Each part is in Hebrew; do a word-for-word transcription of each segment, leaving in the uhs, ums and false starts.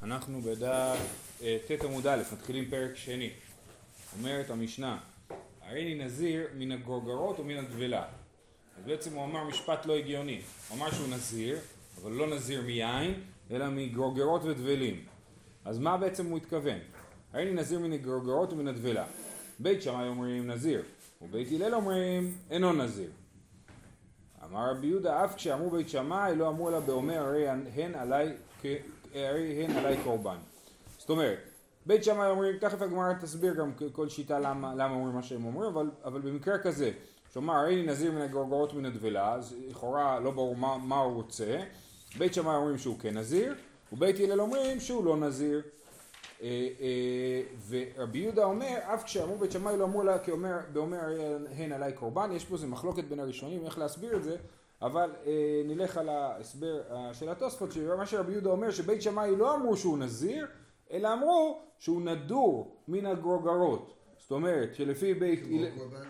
אנחנו בדף ת' עמוד א', מתחילים פרק שני. אומרת המשנה, הריני נזיר מן הגורגרות ומן הדבלה. אז בעצם הוא אמר משפט לא הגיוני. הוא אמר שהוא נזיר, אבל לא נזיר מיין, אלא מגורגרות ודבלים. אז מה בעצם הוא התכוון? הריני נזיר מן הגורגרות ומן הדבלה. בית שמאי אומרים נזיר, ובית הלל אומרים אינו נזיר. אמר רבי יהודה, אף כשאמרו בית שמאי לא אמרו לה באומר הרי הן עליי הרי הן עליי קורבן. זאת אומרת, בית שמאי אומרים, תכף הגמרא תסביר גם כל שיטה למה, למה אומרים מה שהם אומרים, אבל, אבל במקרה כזה, שאומר הרי נזיר מן הגורגרות מן הדבלה, אז לכאורה לא ברור מה, מה הוא רוצה. בית שמאי אומרים שהוא כן נזיר, ובית הלל אומרים שהוא לא נזיר. ורבי יהודה אומר, אף כשאמרו בית שמאי לא אמרו לה כאומר, באומר הן עליי קורבן. יש פה איזה מחלוקת בין הראשונים איך להסביר את זה, אבל אה, נלך על ההסבר של התוספות, שמה שרבי יהודה אומר שבית שמאי לא אמרו שהוא נזיר, אלא אמרו שהוא נדור מן הגורגרות. זאת אומרת שלפי בית הלל,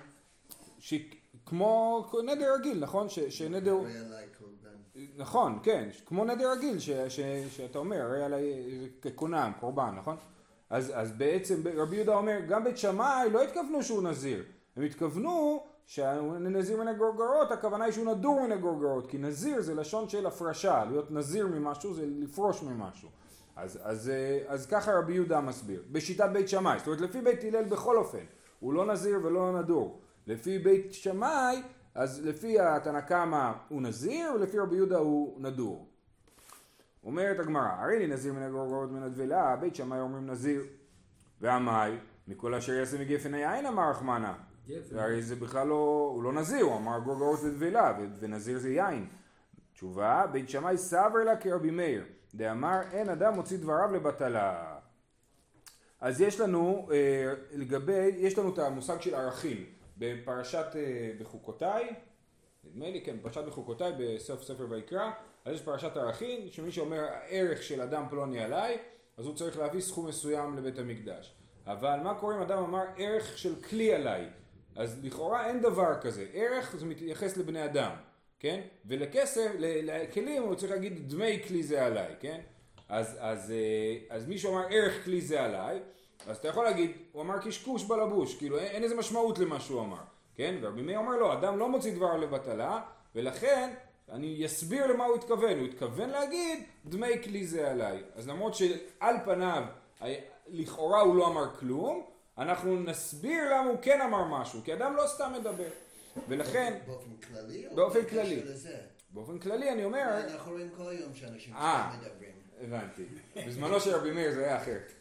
כמו נדר רגיל, נכון? ש, שנדר... נכון, כן, כמו נדר רגיל, ש, ש, שאתה אומר, הרי עליי כקונם, קורבן, נכון? אז, אז בעצם רבי יהודה אומר, גם בית שמאי לא התכוונו שהוא נזיר, הם התכוונו שהנזיר מן הגורגרות, הכוונה היא שהוא נדור מן הגורגרות, כי נזיר זה לשון של הפרשה, להיות נזיר ממשהו זה לפרוש ממשהו. אז, אז, אז ככה רבי יהודה מסביר, בשיטת בית שמאי, זאת אומרת לפי בית הלל בכל אופן, הוא לא נזיר ולא נדור. לפי בית שמאי, אז לפי התנא קמא הוא נזיר, ולפי רבי יהודה הוא נדור. אומרת הגמרא, הרי לי נזיר מן הגורגרות מן הדבלה, בית שמאי אומרים נזיר, והמאי, מכל אשר יעשה מגפן היין אמר רחמנא. הרי זה בכלל לא, הוא לא נזיר, הוא אמר גורגרות ודבלה, ונזיר זה יין. תשובה, בית שמאי סבר לה כרבי מאיר, דאמר אין אדם מוציא דבריו לבטלה. אז יש לנו, אה, לגבי, יש לנו את המושג של ערכים, בפרשת אה, בחוקותיי, נדמה לי, כן, פרשת בחוקותיי בסוף ספר ויקרא, אז יש פרשת ערכים, שמי שאומר הערך של אדם פלוני עליי, אז הוא צריך להביא סכום מסוים לבית המקדש. אבל מה קורה אם אדם אמר ערך של כלי עליי? אז לכאורה אין דבר כזה, ערך זה מתייחס לבני אדם, כן? ולכסף, לכלים הוא צריך להגיד דמי כלי זה עליי, כן? אז, אז, אז מישהו אמר ערך כלי זה עליי, אז אתה יכול להגיד, הוא אמר קשקוש בלבוש, כאילו אין, אין איזה משמעות למה שהוא אמר, כן? ורבי מאיר אומר לא, אדם לא מוציא דבר לבטלה, ולכן אני אסביר למה הוא התכוון, הוא התכוון להגיד דמי כלי זה עליי. אז למרות שעל פניו, לכאורה הוא לא אמר כלום, אנחנו נסביר למה הוא כן אמר משהו, כי אדם לא סתם מדבר. ולכן... באופן כללי? באופן כללי. באופן כללי אני אומר... אנחנו רואים כל היום שאנשים סתם מדברים. הבנתי. בזמנו של רבי מאיר זה היה אחרת.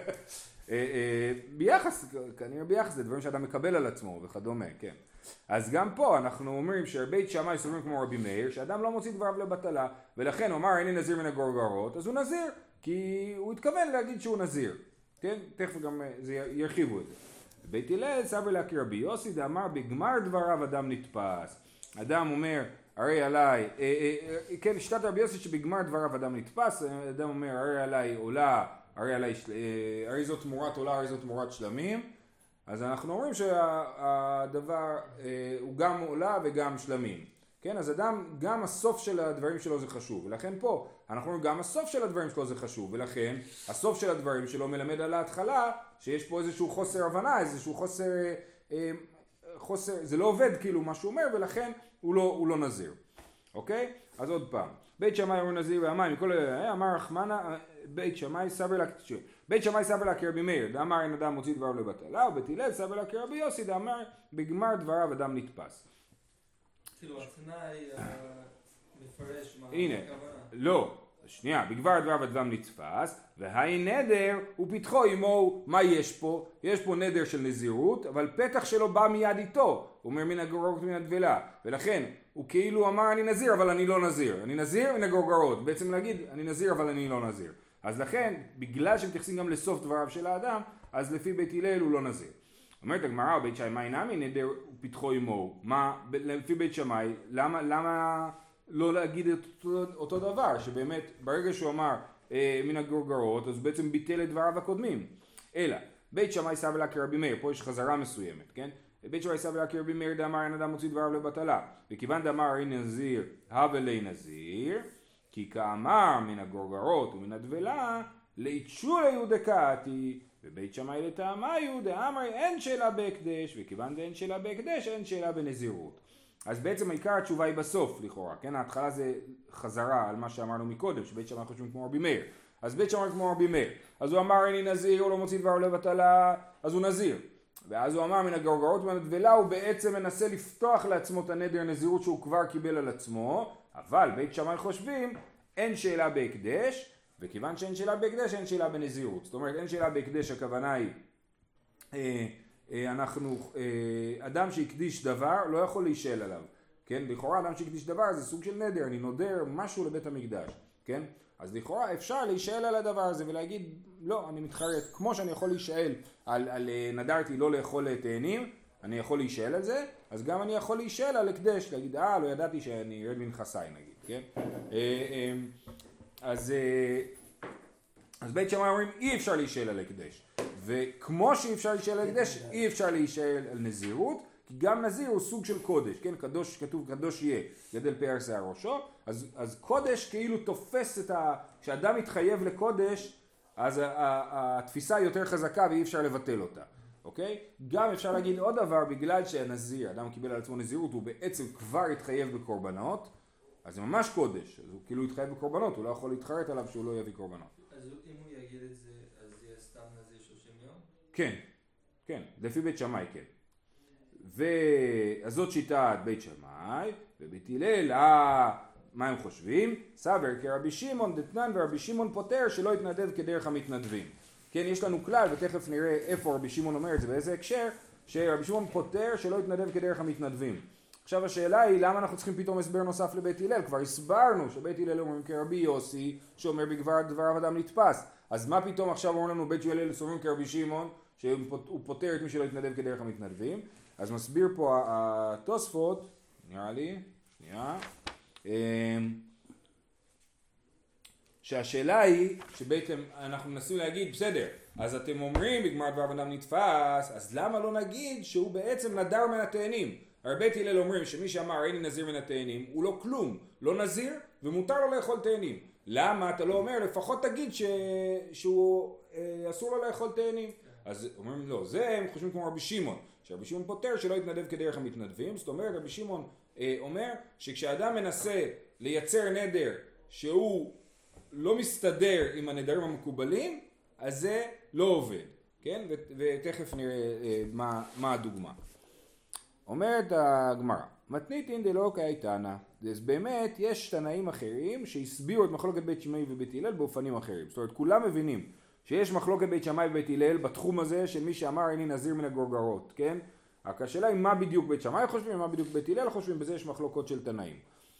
ביחס, כנראה ביחס זה דברים שאדם מקבל על עצמו וכדומה, כן. אז גם פה אנחנו אומרים שבית שמאי סוברים כמו רבי מאיר, שאדם לא מוציא דבריו לבטלה, ולכן הוא אמר, אין לי נזיר מן הגורגרות, אז הוא נזיר, כי הוא התכוון להגיד שהוא נזיר. כן? תכף גם זה ירחיבו את זה. בית הלל סבר לה כרבי יוסי, דאמר בגמר דבריו אדם נתפס. אדם אומר, הרי עליי, אה, אה, אה, כן, שיטת רבי יוסי שבגמר דבריו אדם נתפס, אדם אומר, הרי עליי עולה, הרי עליי, אה, הרי זאת תמורת עולה, הרי זאת תמורת שלמים. אז אנחנו אומרים שהדבר אה, הוא גם עולה וגם שלמים. כן, אז אדם, גם הסוף של הדברים שלו זה חשוב, ולכן פה אנחנו אומרים גם הסוף של הדברים שלו זה חשוב, ולכן הסוף של הדברים שלו מלמד על ההתחלה שיש פה איזשהו חוסר הבנה, איזשהו חוסר, אה, חוסר, זה לא עובד כאילו מה שהוא אומר, ולכן הוא לא, הוא לא נזיר. אוקיי? אז עוד פעם, בית שמאי אמר נזיר והמים, מכל אלה, אמר רחמנא, בית שמאי סבר לה, בית שמאי סבר לה כרבי מאיר, דאמר אין אדם מוציא דבריו לבטלה, ובית הלל סבר לה כרבי יוסי, דאמר בגמר דבריו אדם נתפס. כאילו, התנאי מפרש מה... הנה, לא, שנייה, בגמר דבריו אדם נתפס, והי נדר הוא פתחו עמו, מה יש פה? יש פה נדר של נזירות, אבל פתח שלו בא מיד איתו, הוא אומר מן הגורגרות מן הדבלה, ולכן הוא כאילו אמר אני נזיר אבל אני לא נזיר, אני נזיר מן הגורגרות, בעצם להגיד אני נזיר אבל אני לא נזיר. אז לכן, בגלל שמתייחסים גם לסוף דבריו של האדם, אז לפי בית הלל הוא לא נזיר. אומרת הגמרא, בית שמאי נמי נדר ופתחו עמו, מה, לפי בית שמאי, למה, למה לא להגיד את אותו, אותו דבר, שבאמת ברגע שהוא אמר אה, מן הגורגרות, אז בעצם ביטל את דבריו הקודמים. אלא, בית שמאי סבר לה כרבי מאיר, פה יש חזרה מסוימת, כן? בית שמאי סבר לה כרבי מאיר דאמר אין אדם מוציא דבריו לבטלה, וכיוון דאמר אין נזיר, הווה לי נזיר, כי כאמר מן הגורגרות ומן הדבלה, ליתשולה יהודקאתי, בבית שמאי לטעמיו דאמרי אין שאלה בהקדש, וכיוון דאין שאלה בהקדש אין שאלה בנזירות. אז בעצם העיקר התשובה היא בסוף לכאורה, כן? ההתחלה זה חזרה על מה שאמרנו מקודם, שבית שמאי חושבים כמו רבי מאיר. אז בית שמאי כמו רבי מאיר, אז הוא אמר איני נזיר, הוא לא מוציא דבר לבטלה, אז הוא נזיר. ואז הוא אמר מן הגרגרות ומהנדבלה, הוא בעצם מנסה לפתוח לעצמו את הנדר נזירות שהוא כבר קיבל על עצמו, אבל בית שמאי חושבים אין שאלה בהקדש, וכיוון שאין שאלה בהקדש אין שאלה בנזירות. זאת אומרת אין שאלה בהקדש, הכוונה היא אה, אה, אנחנו, אה, אדם שהקדיש דבר לא יכול להישאל עליו, כן? לכאורה אדם שהקדיש דבר זה סוג של נדר, אני נודר משהו לבית המקדש, כן? אז לכאורה אפשר להישאל על הדבר הזה ולהגיד לא, אני מתחרט, כמו שאני יכול להישאל על, על נדרתי לא לאכול תאנים, אני יכול להישאל על זה, אז גם אני יכול להישאל על הקדש, להגיד אה לא ידעתי שאני ירד מנחסי נגיד, כן? אז, אז בית שמאי אומרים אי אפשר להישאל על הקדש, וכמו שאי אפשר להישאל על הקדש אי אפשר להישאל על נזירות, כי גם נזיר הוא סוג של קודש, כן? קדוש, כתוב קדוש יהיה, גדל פאר שיער ראשו, אז, אז קודש כאילו תופס את ה... כשאדם מתחייב לקודש, אז התפיסה היא יותר חזקה ואי אפשר לבטל אותה, אוקיי? גם אפשר להגיד עוד דבר, בגלל שהנזיר, אדם קיבל על עצמו נזירות, הוא בעצם כבר התחייב בקורבנות, אז זה ממש קודש, אז הוא כאילו התחייב בקורבנות, הוא לא יכול להתחרט עליו שהוא לא יביא קורבנות. אז אם הוא יגיד את זה, אז יהיה סתם נזיר שלושים יום? כן, כן, לפי בית שמאי כן. ואז זאת שיטת בית שמאי, ובית הלל, אה, מה הם חושבים? סבר כרבי שמעון דתנן, ורבי שמעון פותר שלא יתנדב כדרך המתנדבים. כן, יש לנו כלל, ותכף נראה איפה רבי שמעון אומר את זה, באיזה הקשר, שרבי שמעון פותר שלא יתנדב כדרך המתנדבים. עכשיו השאלה היא, למה אנחנו צריכים פתאום הסבר נוסף לבית הלל? כבר הסברנו שבית הלל אומרים כרבי יוסי, שאומר בגבר דבריו אדם נתפס. אז מה פתאום עכשיו אומרים לנו בית הלל סוברים כרבי שמעון, שהוא פותר את מי שלא יתנדב כדרך המתנדבים? אז מסביר פה התוספות, נראה לי, שנייה, שהשאלה היא, שבעצם אנחנו מנסים להגיד, בסדר, אז אתם אומרים בגמר דבר אדם נתפס, אז למה לא נגיד שהוא בעצם נדר מן התאנים? הרי בית הלל אומרים שמי שאמר איני נזיר מן התאנים, הוא לא כלום, לא נזיר ומותר לו לאכול תאנים. למה אתה לא אומר, לפחות תגיד ש... שהוא אה, אסור לו לאכול תאנים? אז אומרים לא, זה הם חושבים כמו רבי שמעון. שרבי שמעון פותר שלא יתנדב כדרך המתנדבים, זאת אומרת רבי שמעון אה, אומר שכשאדם מנסה לייצר נדר שהוא לא מסתדר עם הנדרים המקובלים, אז זה לא עובד, כן? ו- ותכף נראה אה, מה, מה הדוגמה. אומרת הגמרא, מתניתין דלא כאיתנא, אז באמת יש תנאים אחרים שהסבירו את מחלוקת בית שמאי ובית הלל באופנים אחרים, זאת אומרת כולם מבינים שיש מחלוקת בית שמאי ובית הלל בתחום הזה של מי שאמר איני נזיר מן הגרגרות, כן? רק השאלה היא מה בדיוק בית שמאי חושבים ומה בדיוק בית הלל חושבים, בזה יש מחלוקות של תנאים.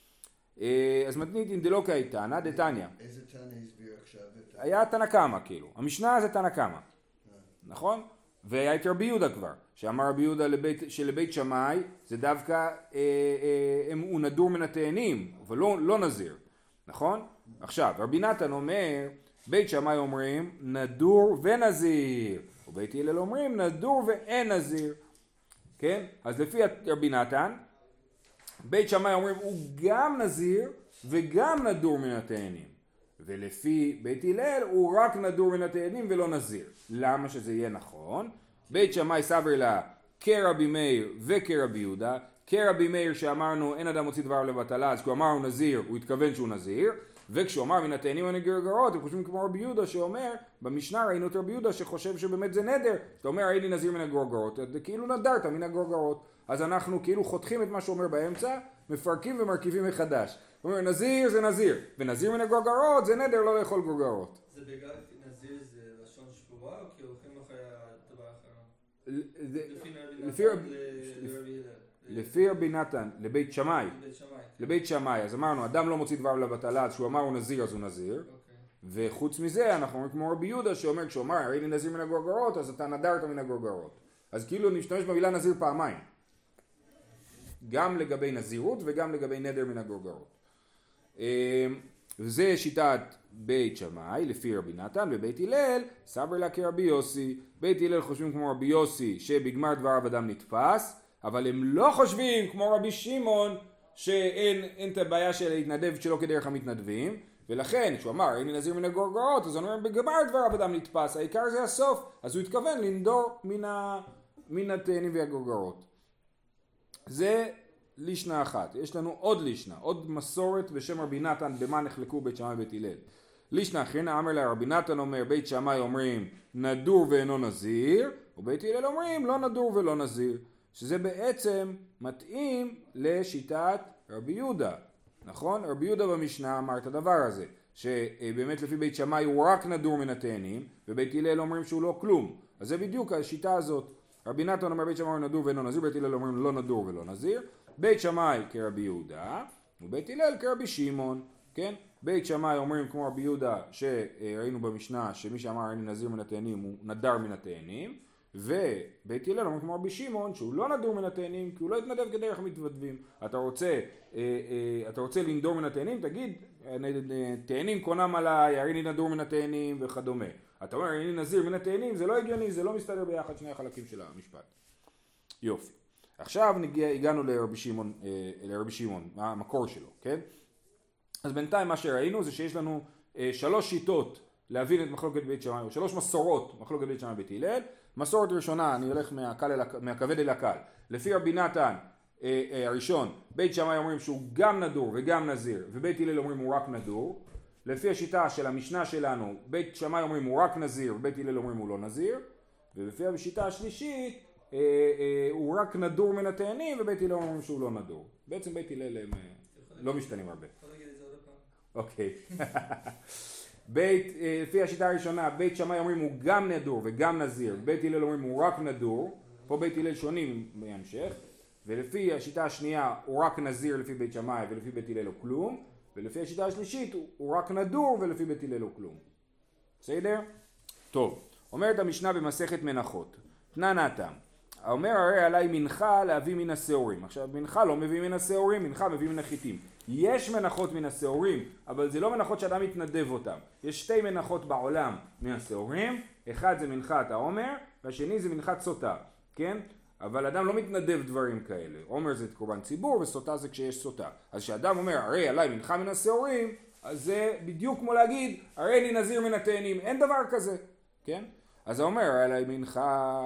אז מתניתין דלא כאיתנא דתניא. איזה תנא הסביר עכשיו? היה תנא קמא כאילו, המשנה זה תנא קמא, נכון? והיה את רבי יהודה כבר, שאמר רבי יהודה שלבית שמאי זה דווקא הוא נדור מן התאנים, אבל לא, לא נזיר, נכון? עכשיו רבי נתן אומר בית שמאי אומרים נדור ונזיר, ובית הלל אומרים נדור ואין נזיר, כן? אז לפי רבי נתן, בית שמאי אומרים הוא גם נזיר וגם נדור מן התאנים, ולפי בית הלל הוא רק נדור מן התאנים ולא נזיר. למה שזה יהיה נכון? בית שמאי סבר לה כרבי מאיר וכרבי יהודה, כרבי מאיר שאמרנו אין אדם מוציא דבר לבטלה, אז כשהוא אמר הוא נזיר הוא התכוון שהוא נזיר, וכשהוא אמר מן התאנים הנגרגרות, הם חושבים כמו רבי יהודה שאומר, במשנה ראינו את רבי יהודה שחושב שבאמת זה נדר, אתה אומר אין לי נזיר מן הגרגרות, זה כאילו נדרת מן הגרגרות, אז אנחנו כאילו חותכים את מה שאומר באמצע, מפרקים ומרכיבים מחדש. הוא אומר נזיר זה נזיר, ונזיר מן הגרגרות זה נדר לא לאכול גרגרות. זה בגלל נזיר זה לשון שבורה או כי הולכים אחרי הדבר האחרון? לפי רבי נתן, לבית שמאי, לבית שמאי, אז אמרנו אדם לא מוציא דבר לבטלה, אז כשהוא אמר הוא נזיר אז הוא נזיר, וחוץ מזה אנחנו אומרים כמו רבי יהודה שאומר כשהוא אמר הרי לי נזיר מן הגרגרות אז אתה נדרת מן הגרגרות, אז כאילו נשתמש במילה נזיר פעמיים, גם לגבי נזירות וגם לגבי נדר מן הגרגרות. וזה שיטת בית שמאי לפי רבי נתן, ובית הלל סבר לה כרבי יוסי. בית הלל חושבים כמו רבי יוסי שבגמר דבריו אדם נתפס, אבל הם לא חושבים כמו רבי שמעון שאין אין את הבעיה של להתנדב שלא כדרך המתנדבים, ולכן כשהוא אמר אין נזיר מן הגרגרות, אז הוא אומר בגמר דבריו אדם נתפס, העיקר זה הסוף, אז הוא התכוון לנדור מן, ה... מן התאנים והגרגרות. זה לישנה אחת. יש לנו עוד לישנה, עוד מסורת בשם רבי נתן במה נחלקו בית שמאי ובית הלל. לישנה אחרונה אמר לה רבי נתן אומר בית שמאי אומרים נדור ואינו נזיר, ובית הלל אומרים לא נדור ולא נזיר, שזה בעצם מתאים לשיטת רבי יהודה. נכון? רבי יהודה במשנה אמר את הדבר הזה, שבאמת לפי בית שמאי הוא רק נדור מן התאנים, ובית הלל אומרים שהוא לא כלום. אז זה בדיוק השיטה הזאת. רבי נתן אומר בית שמאי נדור ואינו נזיר, בית הלל אומרים לא נדור ולא נזיר. בית שמאי כרבי יהודה, ובית הלל כרבי שמעון, כן? בית שמאי אומרים כמו רבי יהודה שראינו במשנה שמי שאמר אני נזיר מן התאנים הוא נדר מן התאנים, ובית הלל אומרים כמו רבי שמעון שהוא לא נדור מן התאנים כי הוא לא התנדב כדרך המתוודבים. אתה רוצה, אתה רוצה לנדור מן התאנים, תגיד תאנים קונם עליי, הריני נדור מן התאנים וכדומה. אתה אומר הריני נזיר מן התאנים, זה לא הגיוני, זה לא מסתדר ביחד שני החלקים של המשפט. יופי. עכשיו נגיע, הגענו לרבי שמעון, לרבי שמעון, המקור שלו, כן? אז בינתיים מה שראינו זה שיש לנו שלוש שיטות להבין את מחלוקת בית שמאי, או שלוש מסורות מחלוקת בית שמאי ובית הלל. מסורת ראשונה, אני הולך מהקל אל, מהכבד אל הקל. לפי רבי נתן הראשון, בית שמאי אומרים שהוא גם נדור וגם נזיר, ובית הלל אומרים הוא רק נדור. לפי השיטה של המשנה שלנו, בית שמאי אומרים הוא רק נזיר, ובית הלל אומרים הוא לא נזיר. ולפי השיטה השלישית, אה, אה, הוא רק נדור מן התאנים, ובית הלל אומרים שהוא לא נדור. בעצם בית הלל הם לא משתנים הרבה. אוקיי. בית, לפי השיטה הראשונה, בית שמאי אומרים הוא גם נדור וגם נזיר, בית הלל אומרים הוא רק נדור, פה בית הלל שונים בהמשך, ולפי השיטה השנייה הוא רק נזיר לפי בית שמאי ולפי בית הלל הוא כלום, ולפי השיטה השלישית הוא רק נדור ולפי בית הלל הוא כלום. בסדר? טוב, אומרת המשנה במסכת מנחות, תנן התם, אומר הרי עליי מנחה להביא מן השעורים. עכשיו מנחה לא מביא מן השעורים, מנחה מביא מן החיטים. יש מנחות מן השעורים, אבל זה לא מנחות שאדם מתנדב אותם. יש שתי מנחות בעולם מן השעורים, אחד זה מנחת העומר, והשני זה מנחת סוטה, כן? אבל אדם לא מתנדב דברים כאלה. עומר זה קורבן ציבור וסוטה זה כשיש סוטה. אז כשאדם אומר הרי עליי מנחה מן השעורים, אז זה בדיוק כמו להגיד הרי אני נזיר מן התאנים, אין דבר כזה, כן? אז הוא אומר הרי עליי מנחה,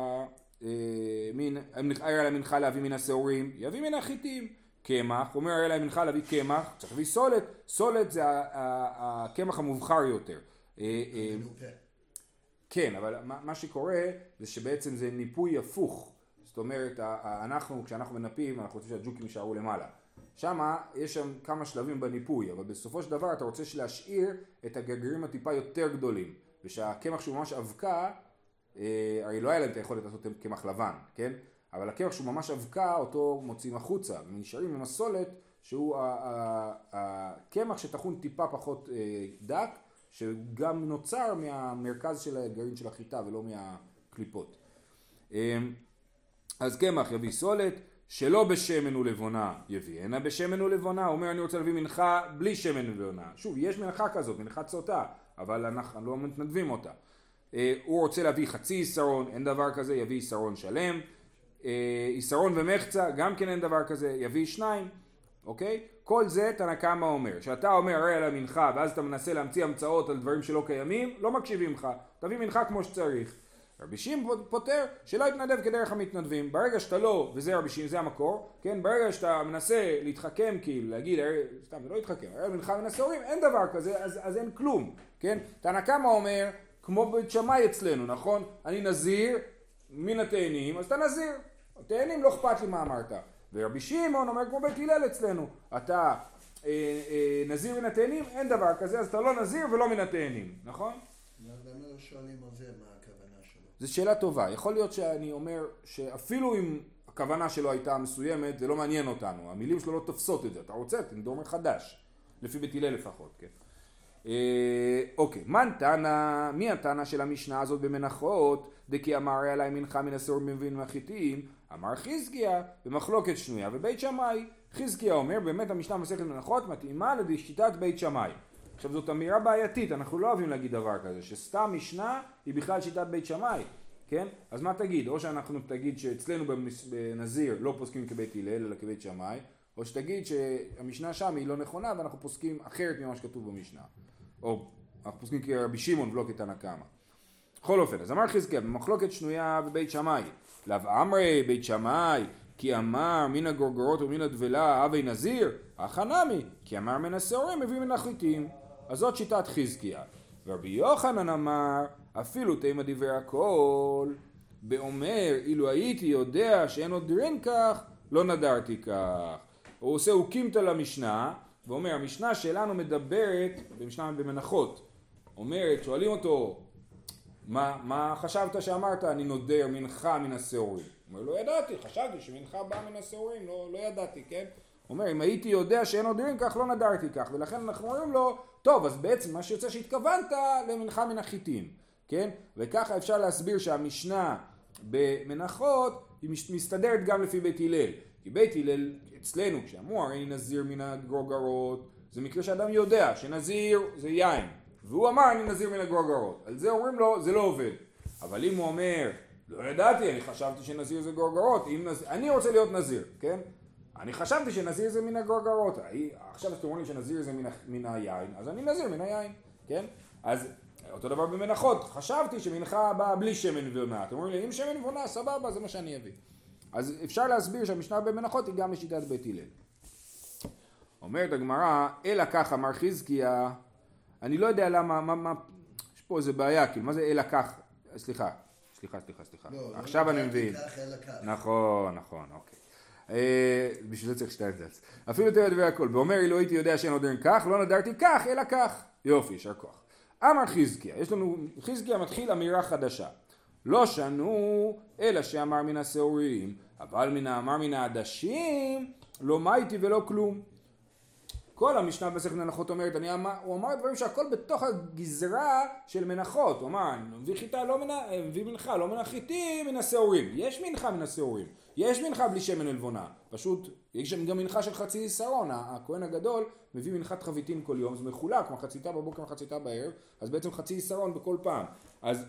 הרי עליי מנחה להביא מן השעורים, יביא מן החיטים. קמח, אומר הרי להם מנחה להביא קמח, צריך להביא סולת, סולת זה הקמח המובחר יותר. כן, אבל מה שקורה זה שבעצם זה ניפוי הפוך. זאת אומרת, אנחנו, כשאנחנו מנפים, אנחנו רוצים שהג'וקים יישארו למעלה. שם יש שם כמה שלבים בניפוי, אבל בסופו של דבר אתה רוצה להשאיר את הגרגירים הטיפה יותר גדולים. ושהקמח שהוא ממש אבקה, הרי לא היה להם את היכולת לעשות קמח לבן, כן? אבל הקמח שהוא ממש אבקה, אותו מוצאים החוצה, ונשארים עם הסולת, שהוא הקמח שטחון טיפה פחות דק, שגם נוצר מהמרכז של הגרעין של החיטה ולא מהקליפות. אז קמח יביא סולת, שלא בשמן ולבונה יביא, הנה בשמן ולבונה, הוא אומר אני רוצה להביא מנחה בלי שמן ולבונה. שוב, יש מנחה כזאת, מנחת סוטה, אבל אנחנו לא מתנדבים אותה. הוא רוצה להביא חצי יסרון, אין דבר כזה, יביא יסרון שלם. יסרון ומחצה, גם כן אין דבר כזה, יביא שניים, אוקיי? כל זה תנא קמא אומר, שאתה אומר הרי על המנחה ואז אתה מנסה להמציא המצאות על דברים שלא קיימים, לא מקשיבים לך, תביא מנחה כמו שצריך. רבי שמעון פותר שלא יתנדב כדרך המתנדבים, ברגע שאתה לא, וזה רבי שמעון, זה המקור, כן? ברגע שאתה מנסה להתחכם כאילו, להגיד, סתם, זה לא להתחכם, הרי על מנחה מן השעורים, אין דבר כזה, אז, אז אין כלום, כן? תנא קמא אומר, כמו בית שמאי אצלנו, נכון? אני נזיר מן התאנים, אז אתה נזיר. התאנים לא אכפת לי מה אמרת. ורבי שמעון אומר כמו בית הלל אצלנו, אתה אה, אה, נזיר מן התאנים, אין דבר כזה, אז אתה לא נזיר ולא מן התאנים, נכון? למה לא שואלים על זה מה הכוונה שלו? זו שאלה טובה. יכול להיות שאני אומר שאפילו אם הכוונה שלו הייתה מסוימת, זה לא מעניין אותנו. המילים שלו לא תופסות את זה. אתה רוצה, תנדור מחדש. לפי בית הלל לפחות, כן. אה, אוקיי, מן תנא, מי התנא של המשנה הזאת במנחות? דקי אמר עלי מנחה מן השעורים מבין מהחיטים, אמר חזקיה במחלוקת שנויה ובית שמאי. חזקיה אומר באמת המשנה מסכת מנחות מתאימה לשיטת בית שמאי. עכשיו זאת אמירה בעייתית, אנחנו לא אוהבים להגיד דבר כזה, שסתם משנה היא בכלל שיטת בית שמאי, כן? אז מה תגיד? או שאנחנו תגיד שאצלנו בנזיר לא פוסקים כבית הלל אלא כבית שמאי, או שתגיד שהמשנה שם היא לא נכונה ואנחנו פוסקים אחרת ממה שכתוב במשנה. או אנחנו פוסקים כרבי שמעון ולא כתנא קמא. בכל אופן, אז אמר חזקיה, במחלוקת שנויה בבית שמאי, לאו אמרי בית שמאי, כי אמר מן הגורגרות ומן הדבלה אבי נזיר, החנמי, כי אמר מן השעורים מביא מן החיטים. אז זאת שיטת חזקיה. ורבי יוחנן אמר, אפילו תימא דיבר הכל, באומר, אילו הייתי יודע שאין עוד דרין כך, לא נדרתי כך. הוא עושה הוקימתא למשנה, ואומר, המשנה שלנו מדברת, במשנה במנחות, אומרת, שואלים אותו, מה, מה חשבת שאמרת, אני נודר מנחה מן השעורים? הוא אומר, לא ידעתי, חשבתי שמנחה באה מן השעורים, לא, לא ידעתי, כן? הוא אומר, אם הייתי יודע שאין עוד דרין כך, לא נדרתי כך, ולכן אנחנו אומרים לו, טוב, אז בעצם מה שיוצא שהתכוונת למנחה מן החיטים, כן? וככה אפשר להסביר שהמשנה במנחות היא מסתדרת גם לפי בית הלל. כי בית הלל אצלנו, כשאמרו הרי נזיר מן הגרוגרות, זה מקרה שאדם יודע שנזיר זה יין, והוא אמר אני נזיר מן הגרוגרות. על זה אומרים לו, זה לא עובד. אבל אם הוא אומר, לא ידעתי, אני חשבתי שנזיר זה גרוגרות, נזיר, אני רוצה להיות נזיר, כן? אני חשבתי שנזיר זה מן הגרוגרות. עכשיו אתם אומרים שנזיר זה מן, מן היין, אז אני נזיר מן היין, כן? אז אותו דבר במנחות, חשבתי שמנחה באה בלי שמן ובונה. אתם אומרים לי, אם שמן ובונה, סבבה, זה מה שאני אביא. אז אפשר להסביר שהמשנה במנחות היא גם בשיטת בית הלל. אומרת הגמרא, אלא כך אמר חזקיה, אני לא יודע למה, מה, מה, יש פה איזה בעיה, כאילו, מה זה אלא כך? סליחה, סליחה, סליחה, סליחה. לא, עכשיו לא אני מבין. כך, אלא כך. נכון, נכון, אוקיי. אה, בשביל זה צריך שתיים דלס. אפילו תראה דבר הכל, ואומר, לא הייתי יודע שאין עוד דרין כך, לא נדרתי כך, אלא כך. יופי, שר כוח. אמר חזקיה, יש לנו, חזקיה מתחיל אמירה חדשה. לא שנו, אלא שאמר מן השעורים, אבל מן האמר מן העדשים, לא מייתי ולא כלום. כל המשנה במסכת מנחות אומרת, אני אמר, הוא אמר דברים שהכל בתוך הגזרה של מנחות. הוא אמר, אני מביא חיטה לא מן, מביא מנחה לא מן החיטים, מן השעורים. יש מנחה מן השעורים. יש מנחה בלי שמן עלבונה. פשוט, יש שם גם מנחה של חצי שרון. הכהן הגדול מביא מנחת חביתין כל יום, זה מחולק, מחציתה בבוקר, מחציתה בערב, אז בעצם חצי שרון בכל פעם. אז,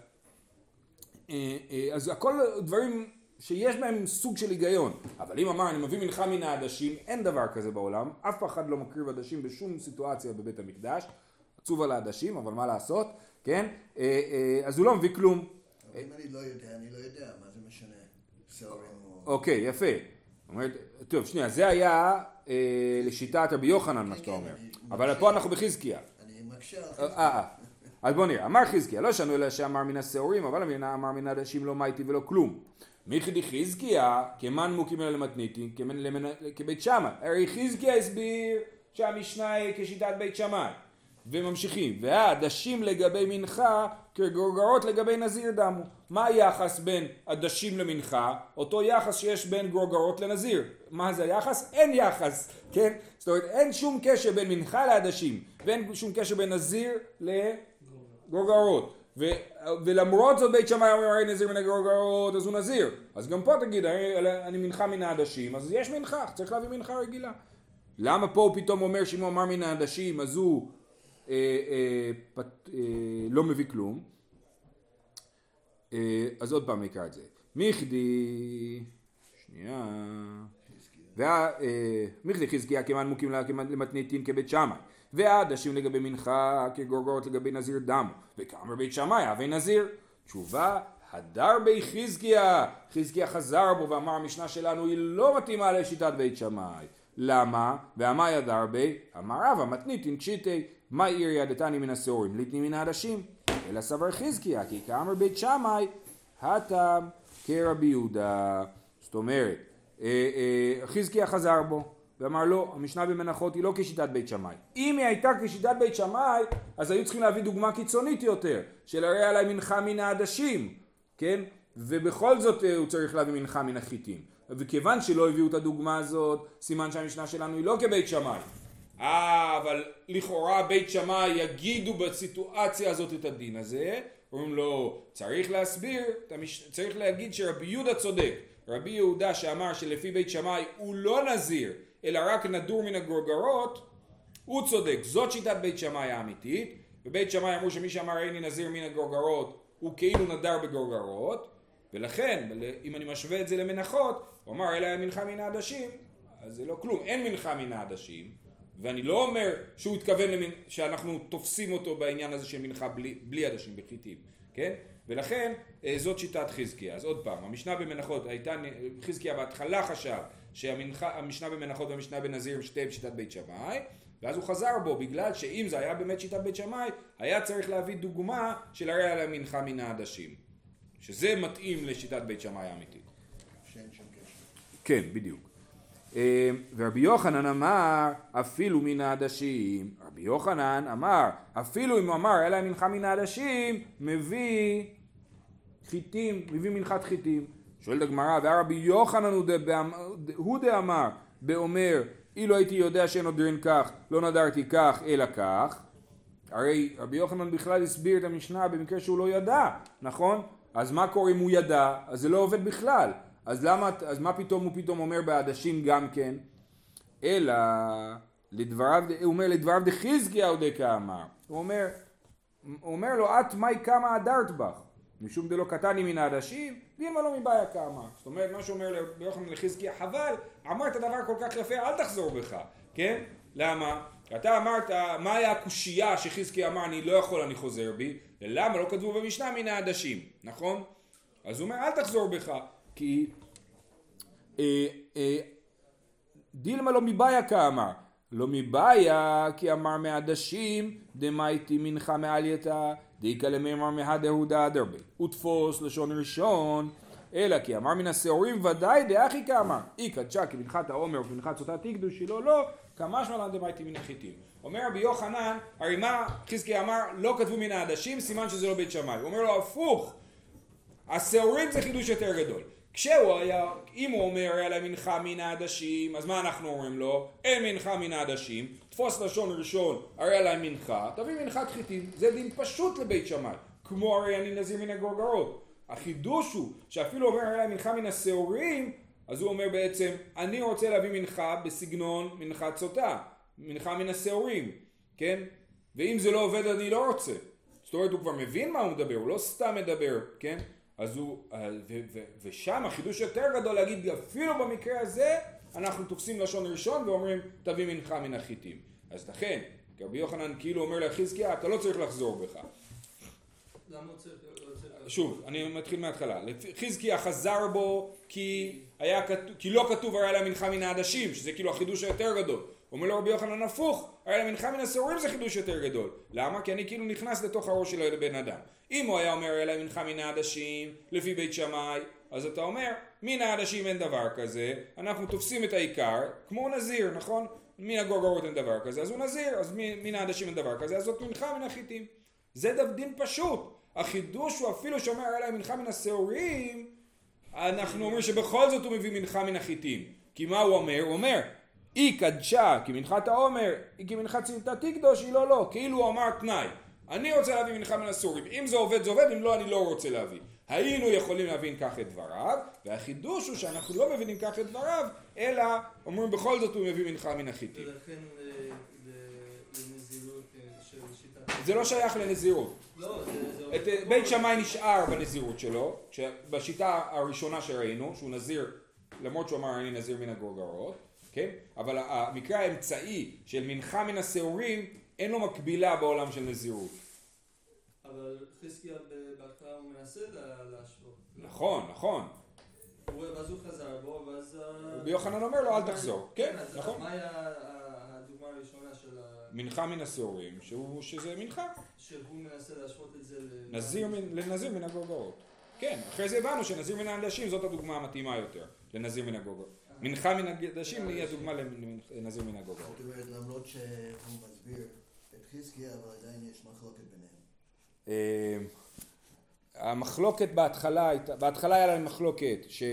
אז הכל דברים שיש בהם סוג של היגיון. אבל אם אמר, אני מביא מנחה מן העדשים, אין דבר כזה בעולם. אף אחד לא מקריב עדשים בשום סיטואציה בבית המקדש. עצוב על העדשים, אבל מה לעשות, כן? אז הוא לא מביא כלום. אבל אם אני לא יודע, אני לא יודע, מה זה משנה? שעורים או... אוקיי, יפה. אומרת, טוב, שנייה, זה היה לשיטת רבי יוחנן, מה שאתה אומר. אבל פה אנחנו בחזקיה. אני מקשה על חזקיה. אה, אה. אז בוא נראה, אמר חזקיה, לא שנו אלא שאמר מן השעורים, אבל אמר מן העדשים לא מייתי ולא כלום. מיכדי חזקיה, כמן מוקים אלא למתניתין, כבית שמאי. הרי חזקיה הסביר שהמשנה היא כשיטת בית שמאי. וממשיכים, והעדשים לגבי מנחה כגרוגרות לגבי נזיר דמו. מה היחס בין עדשים למנחה? אותו יחס שיש בין גרוגרות לנזיר. מה זה היחס? אין יחס, כן? זאת אומרת, אין שום קשר בין מנחה לעדשים, ואין שום קשר בין נזיר לגרוגרות. ו- ולמרות זאת בית שמאי אומר הרי נזיר מן הגרוגרות, אז הוא נזיר. אז גם פה תגיד, אני מנחה מן העדשים, אז יש מנחה, צריך להביא מנחה רגילה. למה פה הוא פתאום אומר שאם הוא אמר מן העדשים, אז הוא אה, אה, פת, אה, לא מביא כלום? אה, אז עוד פעם נקרא את זה. מיכדי, שנייה, מיכדי חזקיה כמן מוקים למתניתין כבית שמאי. והעדשים לגבי מנחה כגרוגרות לגבי נזיר דם, וכאמר בית שמאי הווי נזיר. תשובה, הדר בי חזקיה, חזקיה חזר בו ואמר המשנה שלנו היא לא מתאימה לשיטת בית שמאי. למה? ואמר הדר בי, אמר רב המתניתין קשיטי, מה עיר ידתני מן השעורים ליתני מן העדשים, אלא סבר חזקיה, כי כאמר בית שמאי הטעם כרבי יהודה. זאת אומרת, חזקיה חזר בו ואמר לא, המשנה במנחות היא לא כשיטת בית שמאי. אם היא הייתה כשיטת בית שמאי, אז היו צריכים להביא דוגמה קיצונית יותר, של הרי עליי מנחה מן העדשים, כן? ובכל זאת הוא צריך להביא מנחה מן החיטים. וכיוון שלא הביאו את הדוגמה הזאת, סימן שהמשנה שלנו היא לא כבית שמאי. אה, אבל לכאורה בית שמאי יגידו בסיטואציה הזאת את הדין הזה, אומרים לו, צריך להסביר, צריך להגיד שרבי יהודה צודק. רבי יהודה שאמר שלפי בית שמאי הוא לא נזיר, אלא רק נדור מן הגרוגרות, הוא צודק. זאת שיטת בית שמאי האמיתית, ובית שמאי אמרו שמי שאמר איני נזיר מן הגרוגרות, הוא כאילו נדר בגרוגרות, ולכן, אם אני משווה את זה למנחות, הוא אמר אלא מנחה מן העדשים, אז זה לא כלום, אין מנחה מן העדשים, ואני לא אומר שהוא התכוון למנ... שאנחנו תופסים אותו בעניין הזה של מנחה בלי, בלי עדשים בחיטים, כן? ולכן זאת שיטת חזקיה. אז עוד פעם, המשנה במנחות הייתה, חזקיה בהתחלה חשב שהמשנה במנחות והמשנה בנזיר הם שתיהם שיטת בית שמאי, ואז הוא חזר בו בגלל שאם זה היה באמת שיטת בית שמאי, היה צריך להביא דוגמה של הרי על המנחה מן העדשים, שזה מתאים לשיטת בית שמאי האמיתית. שאין שם קשר. כן, בדיוק. ורבי יוחנן אמר אפילו מן העדשים, רבי יוחנן אמר אפילו אם הוא אמר אלא מנחה מן העדשים, מביא חיטים, מביא מנחת חיטים. שואלת הגמרא, והרבי יוחנן הוא דאמר באומר אילו הייתי יודע שאין נודרין כך לא נדרתי כך אלא כך. הרי רבי יוחנן בכלל הסביר את המשנה במקרה שהוא לא ידע, נכון? אז מה קורה אם הוא ידע? אז זה לא עובד בכלל. אז למה, אז מה פתאום הוא פתאום אומר בעדשים גם כן? אלא לדבריו, הוא אומר לדבריו דחזקיה דקה אמר. הוא אומר, הוא אומר לו את מאי כמה הדרת בך? משום דלא קטני מן העדשים, דילמה לא מבעיה כמה. זאת אומרת, מה שאומר רבי יוחנן לחזקיה, חבל, אמרת דבר כל כך יפה, אל תחזור בך, כן? למה? אתה אמרת, מה היה הקושייה שחזקיה אמר, אני לא יכול, אני חוזר בי, למה לא כתבו במשנה מן העדשים, נכון? אז הוא אומר, אל תחזור בך, כי אה, אה, דילמה לא מבעיה כאמר, לא מבעיה כי אמר מעדשים דמייתי מנחה מעלייתה דיקה למאמר מהדהודה דרבי ותפוס לשון ראשון אלא כי אמר מן השעורים ודאי דאחי כאמר אי קדשה כי מנחת העומר ומנחת סוטה תקדושי לא לא כמשמע לן דמייתי מן החיטים. אומר רבי יוחנן, הרי מה חזקיה אמר לא כתבו מן העדשים, סימן שזה לא בית שמאי. הוא אומר לו הפוך, השעורים זה חידוש יותר גדול. כשהוא היה, אם הוא אומר היה להם מנחה מן העדשים, אז מה אנחנו אומרים לו? אין מנחה מן העדשים, תפוס לשון ראשון, הרי היה להם מנחה, תביא מנחת חיטים, זה דין פשוט לבית שמאי, כמו הרי אני נזיר מן הגרגרות. החידוש הוא שאפילו אומר היה להם מנחה מן השעורים, אז הוא אומר בעצם, אני רוצה להביא מנחה בסגנון מנחת סוטה, מנחה מן השעורים, כן? ואם זה לא עובד אני לא רוצה. זאת אומרת הוא כבר מבין מה הוא מדבר, הוא לא סתם מדבר, כן? אז הוא, ו, ו, ושם החידוש יותר גדול להגיד אפילו במקרה הזה אנחנו תופסים לשון ראשון ואומרים תביא מנחה מן החיטים. אז לכן רבי יוחנן כאילו אומר לחזקיה אתה לא צריך לחזור בך. למה הוא צריך? שוב, אני מתחיל מההתחלה. חזקיה חזר בו כי, היה, כי לא כתוב הרי לה מנחה מן העדשים, שזה כאילו החידוש היותר גדול. אומר לו רבי יוחנן הפוך, הרי לה מנחה מן השעורים זה חידוש יותר גדול. למה? כי אני כאילו נכנס לתוך הראש של הבן אדם. אם הוא היה אומר הרי לה מנחה מן העדשים, לפי בית שמאי, אז אתה אומר, מן העדשים אין דבר כזה, אנחנו תופסים את העיקר, כמו נזיר, נכון? מן הגרגרות אין דבר כזה, אז הוא נזיר, אז מן העדשים אין דבר כזה, אז זאת מנחה מן החיטים. זה דין פשוט. החידוש הוא אפילו שאומר היה להם מנחה מן השעורים, אנחנו אומרים שבכל זאת הוא מביא מנחה מן החיטים. כי מה הוא אומר? הוא אומר, אי קדשה, כי מנחת העומר, כי מנחת סמטה תקדוש, היא לא לא, כאילו הוא אמר תנאי. אני רוצה להביא מנחה מן השעורים, אם זה עובד זה עובד, אם לא אני לא רוצה להביא. היינו יכולים להבין כך את דבריו, והחידוש הוא שאנחנו לא מבינים כך את דבריו, אלא אומרים בכל זאת הוא מביא מנחה מן החיטים. ולכן לנזירות של שיטה. זה לא שייך לנזירות. לא, זה... את בית שמאי נשאר בנזירות שלו, בשיטה הראשונה שראינו, שהוא נזיר, למרות שהוא אמר אני נזיר מן הגרגרות, כן? אבל המקרה האמצעי של מנחה מן השעורים, אין לו מקבילה בעולם של נזירות. אבל חזקיה בהתחלה הוא מנסה להשוות. נכון, נכון. ואז הוא חזר בו, ואז... רבי יוחנן אומר לו אל תחזור. כן, נכון. מה היה הדוגמה הראשונה של ה... מנחה מן השעורים, שזה מנחה. שהוא מנסה להשוות את זה לנזיר מן הגרגרות. כן, אחרי זה הבנו שנזיר מן העדשים זאת הדוגמה המתאימה יותר, לנזיר מן הגרגרות. מנחה מן העדשים היא הדוגמה לנזיר מן הגרגרות. זאת אומרת, למרות שהוא מסביר את חזקיה, אבל עדיין יש מחלוקת ביניהם. המחלוקת בהתחלה, בהתחלה היה להם מחלוקת ש...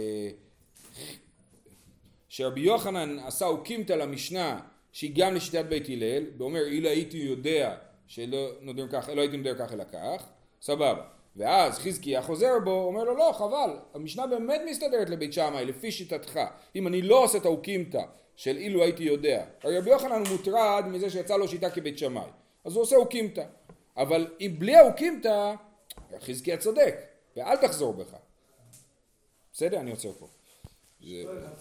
שרבי יוחנן עשה אוקימתא למשנה שהיא גם לשיטת בית הלל, ואומר אילו הייתי יודע שלא נודר כך, לא הייתי נודר כך אלא כך, סבבה. ואז חזקיה חוזר בו, אומר לו לא חבל, המשנה באמת מסתדרת לבית שמאי לפי שיטתך, אם אני לא עושה את האוקימתא של אילו הייתי יודע. הרי רבי יוחנן מוטרד מזה שיצא לו שיטה כבית שמאי, אז הוא עושה אוקימתא, אבל אם בלי האוקימתא חזקיה צודק, ואל תחזור בך. בסדר? אני עוצר פה. זה...